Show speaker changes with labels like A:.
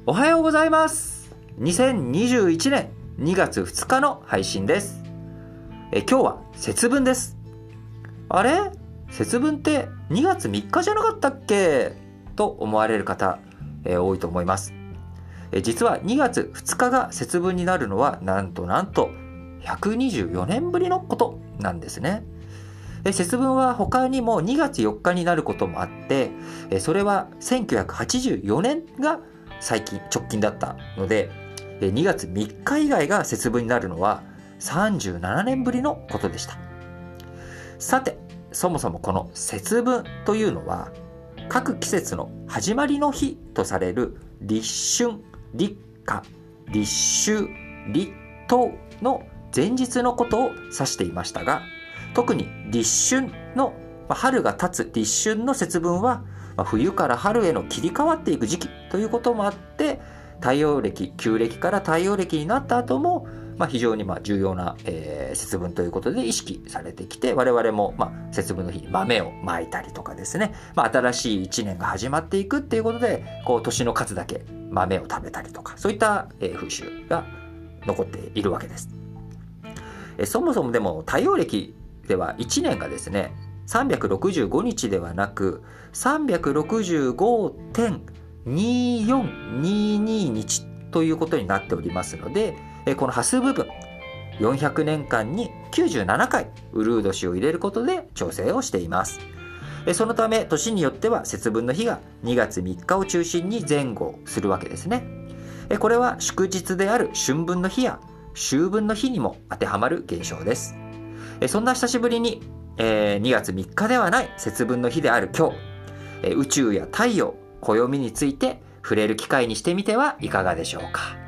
A: おはようございます。2021年2月2日の配信です。今日は節分です。あれ？節分って2月3日じゃなかったっけと思われる方、多いと思います。実は2月2日が節分になるのはなんと124年ぶりのことなんですね。節分は他にも2月4日になることもあって、それは1984年が直近だったので、2月3日以外が節分になるのは37年ぶりのことでした。さて、そもそもこの節分というのは各季節の始まりの日とされる立春、立夏、立秋、立冬の前日のことを指していましたが、特に立春の春が経つ立春の節分は冬から春への切り替わっていく時期ということもあって、太陽暦、旧暦から太陽暦になった後も非常に重要な節分ということで意識されてきて、我々も節分の日に豆をまいたりとかですね、新しい一年が始まっていくっていうことで、年の数だけ豆を食べたりとか、そういった風習が残っているわけです。そもそもでも太陽暦では1年がですね、365日ではなく 365.2422 日ということになっておりますので、この端数部分400年間に97回うるう年を入れることで調整をしています。そのため年によっては節分の日が2月3日を中心に前後するわけですね。これは祝日である春分の日や秋分の日にも当てはまる現象です。そんな久しぶりに2月3日ではない節分の日である今日、宇宙や太陽、暦について触れる機会にしてみてはいかがでしょうか。